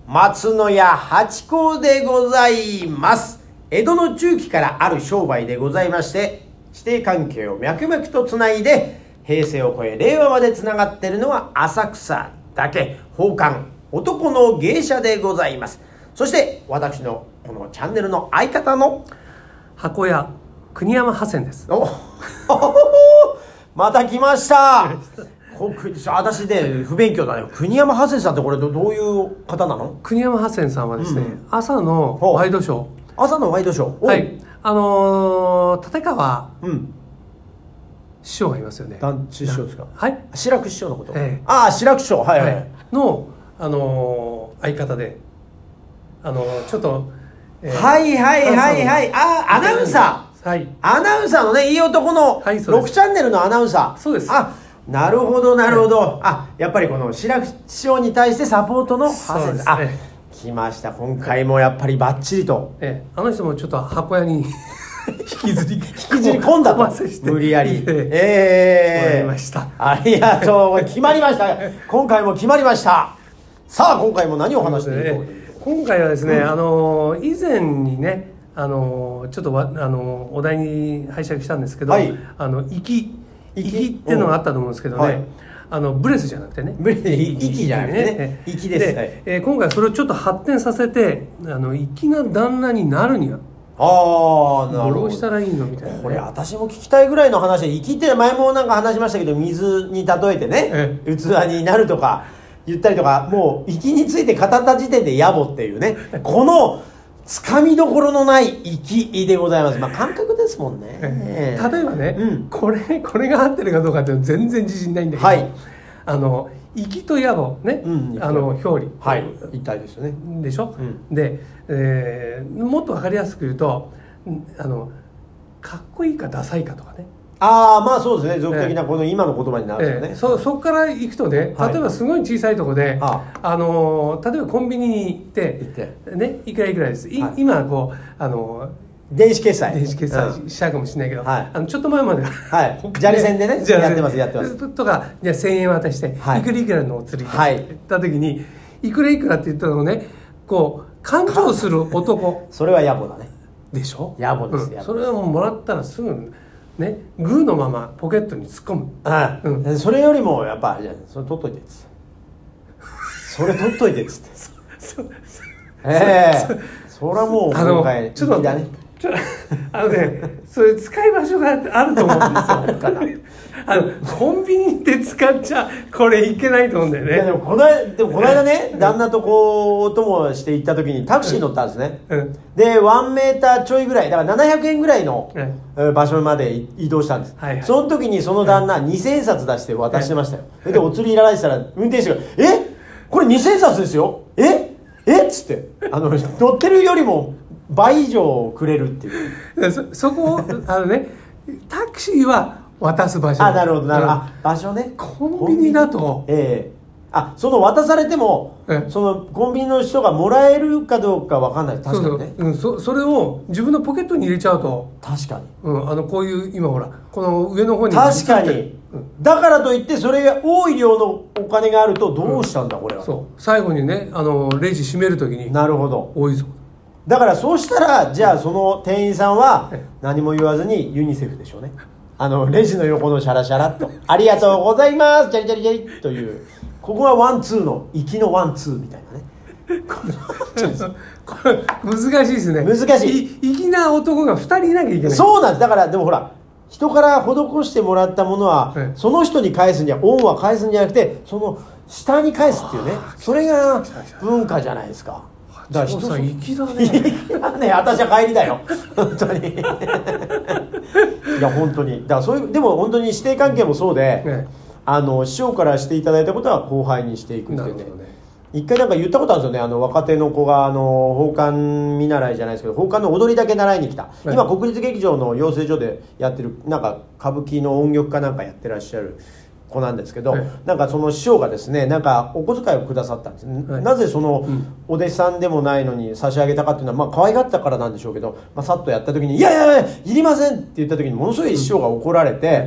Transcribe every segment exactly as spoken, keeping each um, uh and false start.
松野屋八甲でございます。江戸の中期からある商売でございまして、師弟関係を脈々とつないで平成を超え令和までつながっているのは浅草だけ、宝冠男の芸者でございます。そして私のこのチャンネルの相方の箱屋国山ハセンです。 おまた来ました私で不勉強だね。国山ハセンさんってこれ ど, どういう方なの？ 国山ハセンさんはですね、うん、朝のワイドショー朝のワイドショーはいあのー、立川、うん、師匠がいますよね。 師匠ですか？ はい志らく師匠のこと、 ええ、 ああ志らく師匠はいはい、はい、 の、あのー、相方であのー、ちょっと、 えー、はいはいはいはいあアナウンサー、 はい、 アナウンサーのねいい男のろくチャンネルのアナウンサー、 そうです。 あなるほどなるほど、はい、あやっぱりこの志らく師匠に対してサポートのハセンさん、ね、あ来ました。今回もやっぱりバッチリと、 ええ、あの人もちょっと箱屋に引きずり引きずり込んだと無理やりええー、ました。 ありがとう決まりました今回も決まりました。さあ今回も何を話していこうという、 今回はですね、うん、あの以前にねあのちょっとわあのお題に拝借したんですけど、はい、あの行き行きっていうのがあったと思うんですけどね、はい、あのブレスじゃなくてねブレス息じゃなくてね息です。 で、はい、えー、今回それをちょっと発展させてあの粋な旦那になるにはああどうしたらいいのみたいな、ね、 これ私も聞きたいぐらいの話で、粋って前もなんか話しましたけど水に例えてね器になるとか言ったりとか、もう粋について語った時点で野暮っていうねこのつかみどころのない粋でございます。まあ感覚ですもんね。 例えばね、うん、これこれが合ってるかどうかって全然自信ないんだけど、はい、あの粋と野暮ね、うん、あの表裏、 はい、一体ですよね。 でしょ。うん、で、えー、もっと分かりやすく言うと、あのかっこいいかダサいかとかね。 ああまあそうですね、俗的なこの今の言葉になるんですよね。 えー、そそこから行くとね、例えばすごい小さいところで、はい、あの例えばコンビニに行って行ってね、いくらいくらです、はい、今こうあの電子決済電子決済しちゃうかもしれないけど、うん、あのちょっと前までは、 はい、砂利線でねやってますやってますとか、じゃあせんえん渡して、はい、いくらいくらのお釣りとか言った時に、はい、いくらいくらって言ったのをねこう勘定する男それは野暮だね。 でしょ。 野暮です、 うん、それをもらったらすぐね、グーのままポケットに突っ込む。 ああ、うん、それよりもやっぱじゃあそれ取っといてっつってそれ取っといてっつってそそええー、それはもう今回ちょっとだねちょあのねそれ使い場所があると思うんですよあるかなあのコンビニで使っちゃこれいけないと思うんだよね。 いやでもこの間でもこの間ね旦那とこうお供して行った時にタクシーに乗ったんですね、うん、でワンメーターちょいぐらいだからななひゃくえんぐらいの場所まで移動したんです、はいはい、その時にその旦那、はい、にせんえん札出して渡してましたよ、はい、でお釣りいらないって言ったら運転手が「えこれにせんえん札ですよええっ?」つってあの乗ってるよりも倍以上くれるっていうそ, そこをあのねタクシーは渡す場所。 あなるほどなるほど、あ場所ね。 コンビニだとええー、あその渡されてもそのコンビニの人がもらえるかどうか分かんない。確かにね。 そうそう、うん、そ, それを自分のポケットに入れちゃうと確かに、 うん、あのこういう今ほらこの上の方に確かに、うん、だからといってそれが多い量のお金があるとどうしたんだ、うん、これは。 そう最後にねあのレジ閉めるときになるほど多いぞ。 だからそうしたらじゃあその店員さんは何も言わずにユニセフでしょうね。あのレジの横のシャラシャラっとありがとうございますジャリジャリジャリというここがワンツーの粋のワンツーみたいなねこれ難しいですね。 難しい。 粋な男がふたりいなきゃいけない。 そうなんです。だからでもほら人から施してもらったものは、はい、その人に返すんじゃ恩は返すんじゃなくてその下に返すっていうね、それが文化じゃないですか。 だから人さん粋だね。 粋だね。私は帰りだよ本当にいや本当にだからそういうでも本当に師弟関係もそうで、ね、あの師匠からしていただいたことは後輩にしていくっていうね。一回なんか言ったことあるんですよね。あの若手の子があの宝冠見習いじゃないですけど宝冠の踊りだけ習いに来た、はい、今国立劇場の養成所でやってるなんか歌舞伎の音曲かなんかやってらっしゃる子なんですけど、はい、なんかその師匠がですねなんかお小遣いをくださったんです、はい、なぜその、うん、お弟子さんでもないのに差し上げたかっていうのはまあ可愛がったからなんでしょうけど、まあ、さっとやった時にいやいやいやいりませんって言った時にものすごい師匠が怒られて、うん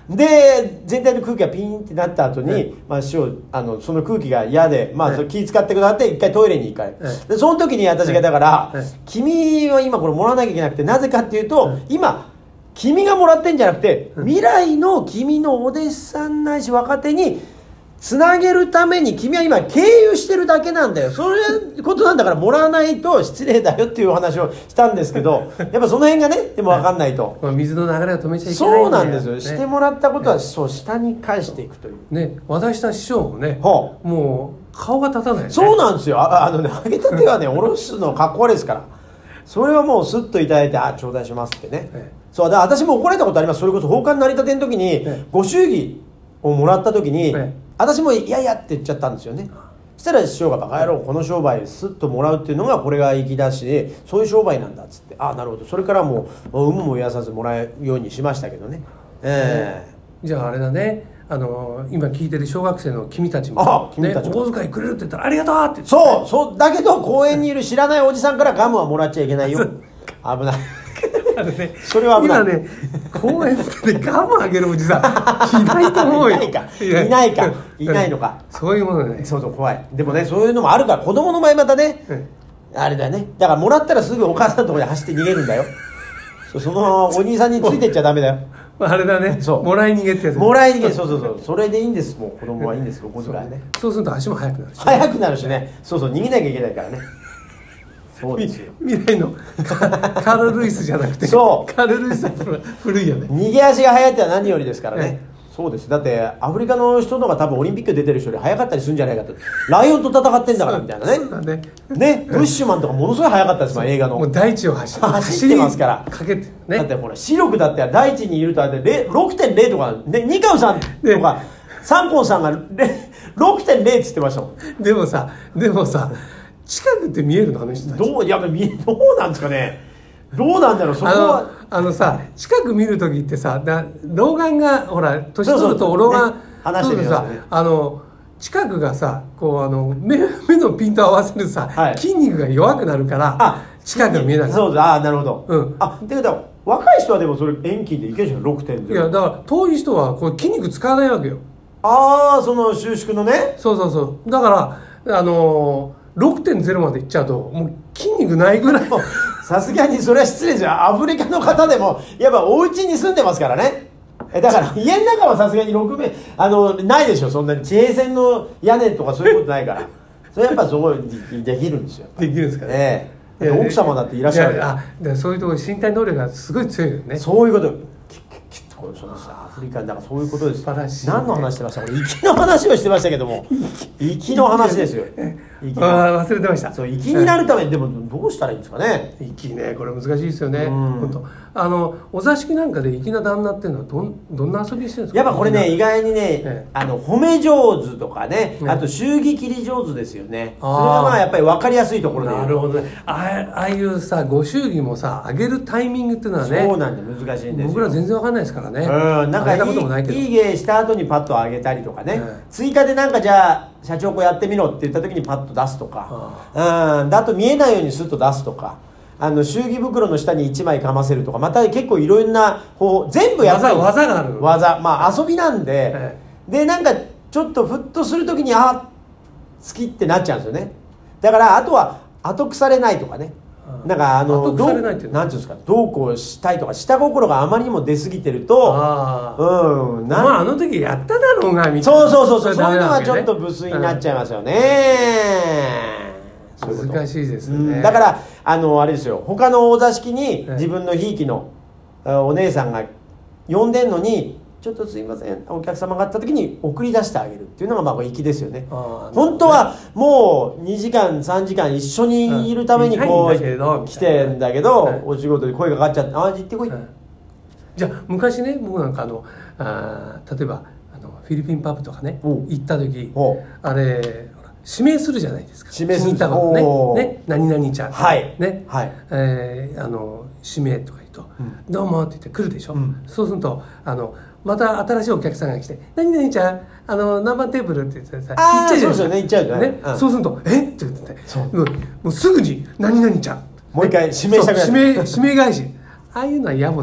で全体の空気がピーンってなった後に、はい、まあ、師匠あのその空気が嫌で、まあ、はい、気使ってくださって一回トイレに行かれ、はい、でその時に私がだから、はいはい、君は今これもらわなきゃいけなくて、なぜかっていうと、はい、今君がもらってんじゃなくて、はい、未来の君のお弟子さんないし若手につなげるために君は今経由してるだけなんだよ、そういうことなんだからもらわないと失礼だよっていうお話をしたんですけど、やっぱその辺がねでも分かんないと、 まあ、水の流れを止めちゃいけないんだよ。 そうなんですよ、ね、してもらったことは、ね、そう下に返していくというね。渡した師匠もね、はあ、もう顔が立たない、ね、 そうなんですよ。 あ, あのね揚げたてはねおろすのかっこ悪いですから、それはもうスッといただいて、あ頂戴しますってね、ええ、そうだ私も怒られたことあります。それこそ奉還成り立ての時に、ええ、ご祝儀をもらった時に、ええ、私もいやいやって言っちゃったんですよね。そしたら師匠がバカ野郎この商売スッともらうっていうのがこれが粋だし、そういう商売なんだっつって、あなるほど、それからもう有無も言わさずもらえるようにしましたけどね、えー、じゃああれだね、あの今聞いてる小学生の君たちも、あ君たちも、ね、お小遣いくれるって言ったらありがとうって言って、ね、 そうそうだけど公園にいる知らないおじさんからガムはもらっちゃいけないよ危ないあのね、 それは危ない。 今ね公園でガムあげるおじさんいないと思うよ。 いないかいないかいないのかそういうものね。 そうそう怖い。でもねそういうのもあるから、子供の場合またね、うん、あれだよね。だからもらったらすぐお母さんのところで走って逃げるんだよそ, そのお兄さんについてっちゃダメだよあれだね、そうもらい逃げってやつ、 もらい逃げ、そうそうそうそれでいいんです。もう子供はいいんですよ、お小遣いね。 そうすると足も速くなるし、ね、 速くなるしね、そうそう逃げなきゃいけないからね。そうですよ。 未来のカール・ルイスじゃなくて、 そうカール・ルイスは古いよね。 逃げ足が速いってのは何よりですからね、ね。そうです。だってアフリカの人のが多分オリンピック出てる人より速かったりするんじゃないかと。ライオンと戦ってんだからみたいなね。そうだね。ね、ブッシュマンとかものすごい速かったですもん、映画の。 もう大地を走って走ってますから。 かけてね。 だってほら視力だって大地にいるとあれ ろくてんれい とかね、ニカウさんとか、ね、サンコンさんが ろくてんれい っつってましたもん。 でもさ、でもさ。近くって見えるのあの人たち。 どういやどうなんですかね。どうなんだろうそこは。 あの、あのさ近く見るときってさ、だ老眼がほら年取ると老眼、ね、 話してみますね。 あの近くがさこうあの 目, 目のピント合わせるさ、はい、筋肉が弱くなるから近くが見えない。 そうだ、あなるほど。うん。あだけど若い人はでもそれ遠近でいけるじゃん ろくてんれい。 いやだから遠い人はこう筋肉使わないわけよ。 ああその収縮のね。 そうそうそう。だからあのーろくてんれい までいっちゃうともう筋肉ないぐらいさすがにそれは失礼ですよ。アフリカの方でもやっぱお家に住んでますからね。えだから家の中はさすがにろくめいあのないでしょ。そんなに地平線の屋根とかそういうことないからそれやっぱそこでできるんですよ。 できるんですかね、 ええ、奥様だっていらっしゃる。 いやいやあそういうところ身体能力がすごい強いよね。 そういうことそうです。アフリカだからそういうことです。 素晴らしい、ね、 何の話してましたこれ粋の話をしてましたけども粋の話ですよ。 あ忘れてました。 そう粋になるためにでもどうしたらいいんですかね。 粋ねこれ難しいですよね。本当あのお座敷なんかで粋な旦那っていうのはどんどんな遊びしてるんですか。 やっぱこれね意外にね、ええ、あの褒め上手とかね、ねあと祝儀切り上手ですよね。それがまあやっぱり分かりやすいところで。 なるほどね。ああいうさご祝儀もさあげるタイミングっていうのはねそうなんで難しいんですよ。 僕ら全然分かんないですからね。 うんなんかいいいい芸した後にパッと上げたりとかね、うん、追加でなんかじゃあ社長こうやってみろって言った時にパッと出すとか、うん、あと見えないようにスッと出すとか、あの祝儀袋の下にいちまいかませるとか、また結構いろんなこう全部やっぱり技がある技、まあ遊びなんで、ええ、でなんかちょっとふっとする時にあ好きってなっちゃうんですよね。だからあとは後腐れないとかね、なんかあのどうなんていうんですか、どうこうしたいとか下心があまりにも出過ぎてると、あうんなんまああの時やっただろうがみたいな、そうそうそうそう、そういうのはちょっと無粋になっちゃいますよね。 うん、そういう難しいですね、うん、 だからあのあれですよ、他のお座敷に自分のひいきのお姉さんが呼んでんのにちょっとすいませんお客様があった時に送り出してあげるっていうのがまあ粋ですよね。本当はもうにじかんさんじかん一緒にいるためにこう来てんだけど、はい、お仕事で声がかかっちゃって、ああ行ってこい、はい、 じゃあ昔ね僕なんかあのあ例えばあのフィリピンパブとかね行った時あれ指名するじゃないですか。 指名するたねね何々ちゃんはいね、 はいえー、あの指名とか言うと、うん、どうもって言って来るでしょ、うん、そうするとあのまた新しいお客さんが来て「何々ちゃんあの何番テーブル」って言ってさ行っちゃうじゃないですか。行っちゃうじゃない、 ねうん、そうすると「えっ?」って言っててそう、うん、もうすぐに「何々ちゃん」 もう一回指名したくなる、 指名指名返しああいうのは野暮なのかね。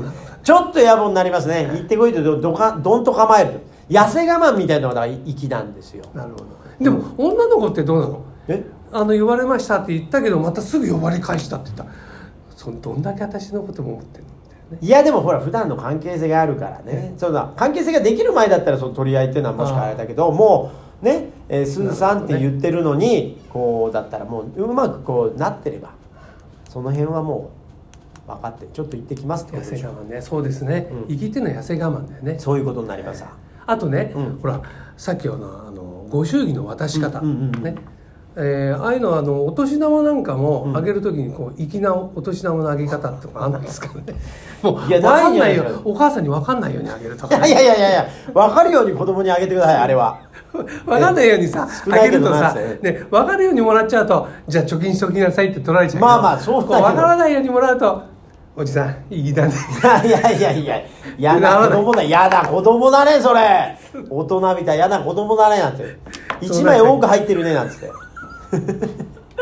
ちょっと野暮になりますね。行ってこいと ど, ど, かどんと構えると痩せ我慢みたいなのが粋なんですよ。 なるほど。でも、うん、女の子ってどうなの？ えあの呼ばれましたって言ったけどまたすぐ呼ばれ返したって言ったら、そどんだけ私のことも思ってるのみたいなね。 いやでもほら普段の関係性があるからね、そうだ関係性ができる前だったらその取り合いっていうのはもしかあれだけど、もうね、えー、スーさんって言ってるのにこうだったらもううまくこうなってればその辺はもう分かってちょっと行ってきますってことでしょ。 痩せ我慢ね。そうですね。うん、生きっていうのは痩せ我慢だよね。 そういうことになりますさ。 あとね、うん、ほらさっきのあのご祝儀の渡し方、うんうんうん、ね、えー、ああいうのはあのお年玉なんかもあげるときにこう粋なお年玉のあげ方とかあるんですかね。もういや分かんないよ、お母さんに分かんないようにあげるとか、ね、 いやいやいやいや分かるように子供にあげてください。あれは分かんないようにさあげるとさ、ね、分かるようにもらっちゃうとじゃあ貯金しときなさいって取られちゃうけど、 まあまあそうだけど分からないようにもらうとおじさんいいだね。 いやいやいややだ子供だやだ子供だねそれ。大人みたいやだ子供だねなんて一枚多く入ってるねなんつって危ない危ない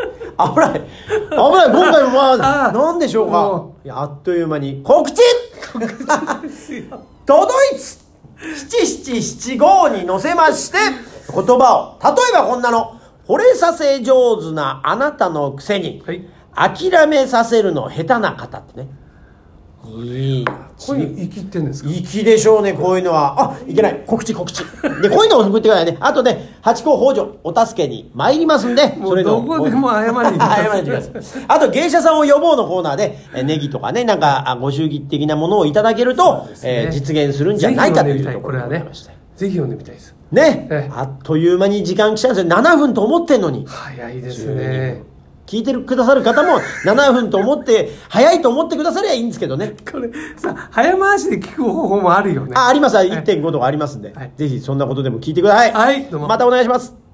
今回もまあ何でしょうか。いやあっという間に告知告知ですよ。 都ドイツななななごに載せまして言葉を例えばこんなの惚れさせ上手なあなたのくせに、はい、諦めさせるの下手な方ってね。いいこういうの粋ってんですか？ 粋でしょうねこういうのは。あいけない告知告知でこういうのを送ってくださいね。あとねハチ公北条お助けに参りますんでもうどこでも謝りに行きます謝りに行きます。あと芸者さんを呼ぼうのコーナーでえネギとかねなんかご祝儀的なものをいただけると、ねえー、実現するんじゃないかというところでございまして、 ぜひ読んでみたいですね、えあっという間に時間来ちゃうんですよ。ななふんと思ってんのに早いですね。 聞いてくださる方もななふんと思って早いと思ってくださりゃいいんですけどね。 これさ早回しで聞く方法もあるよね。 ああります。 いってんご とかありますんで、はい、ぜひそんなことでも聞いてください。 はいどうもまたお願いします。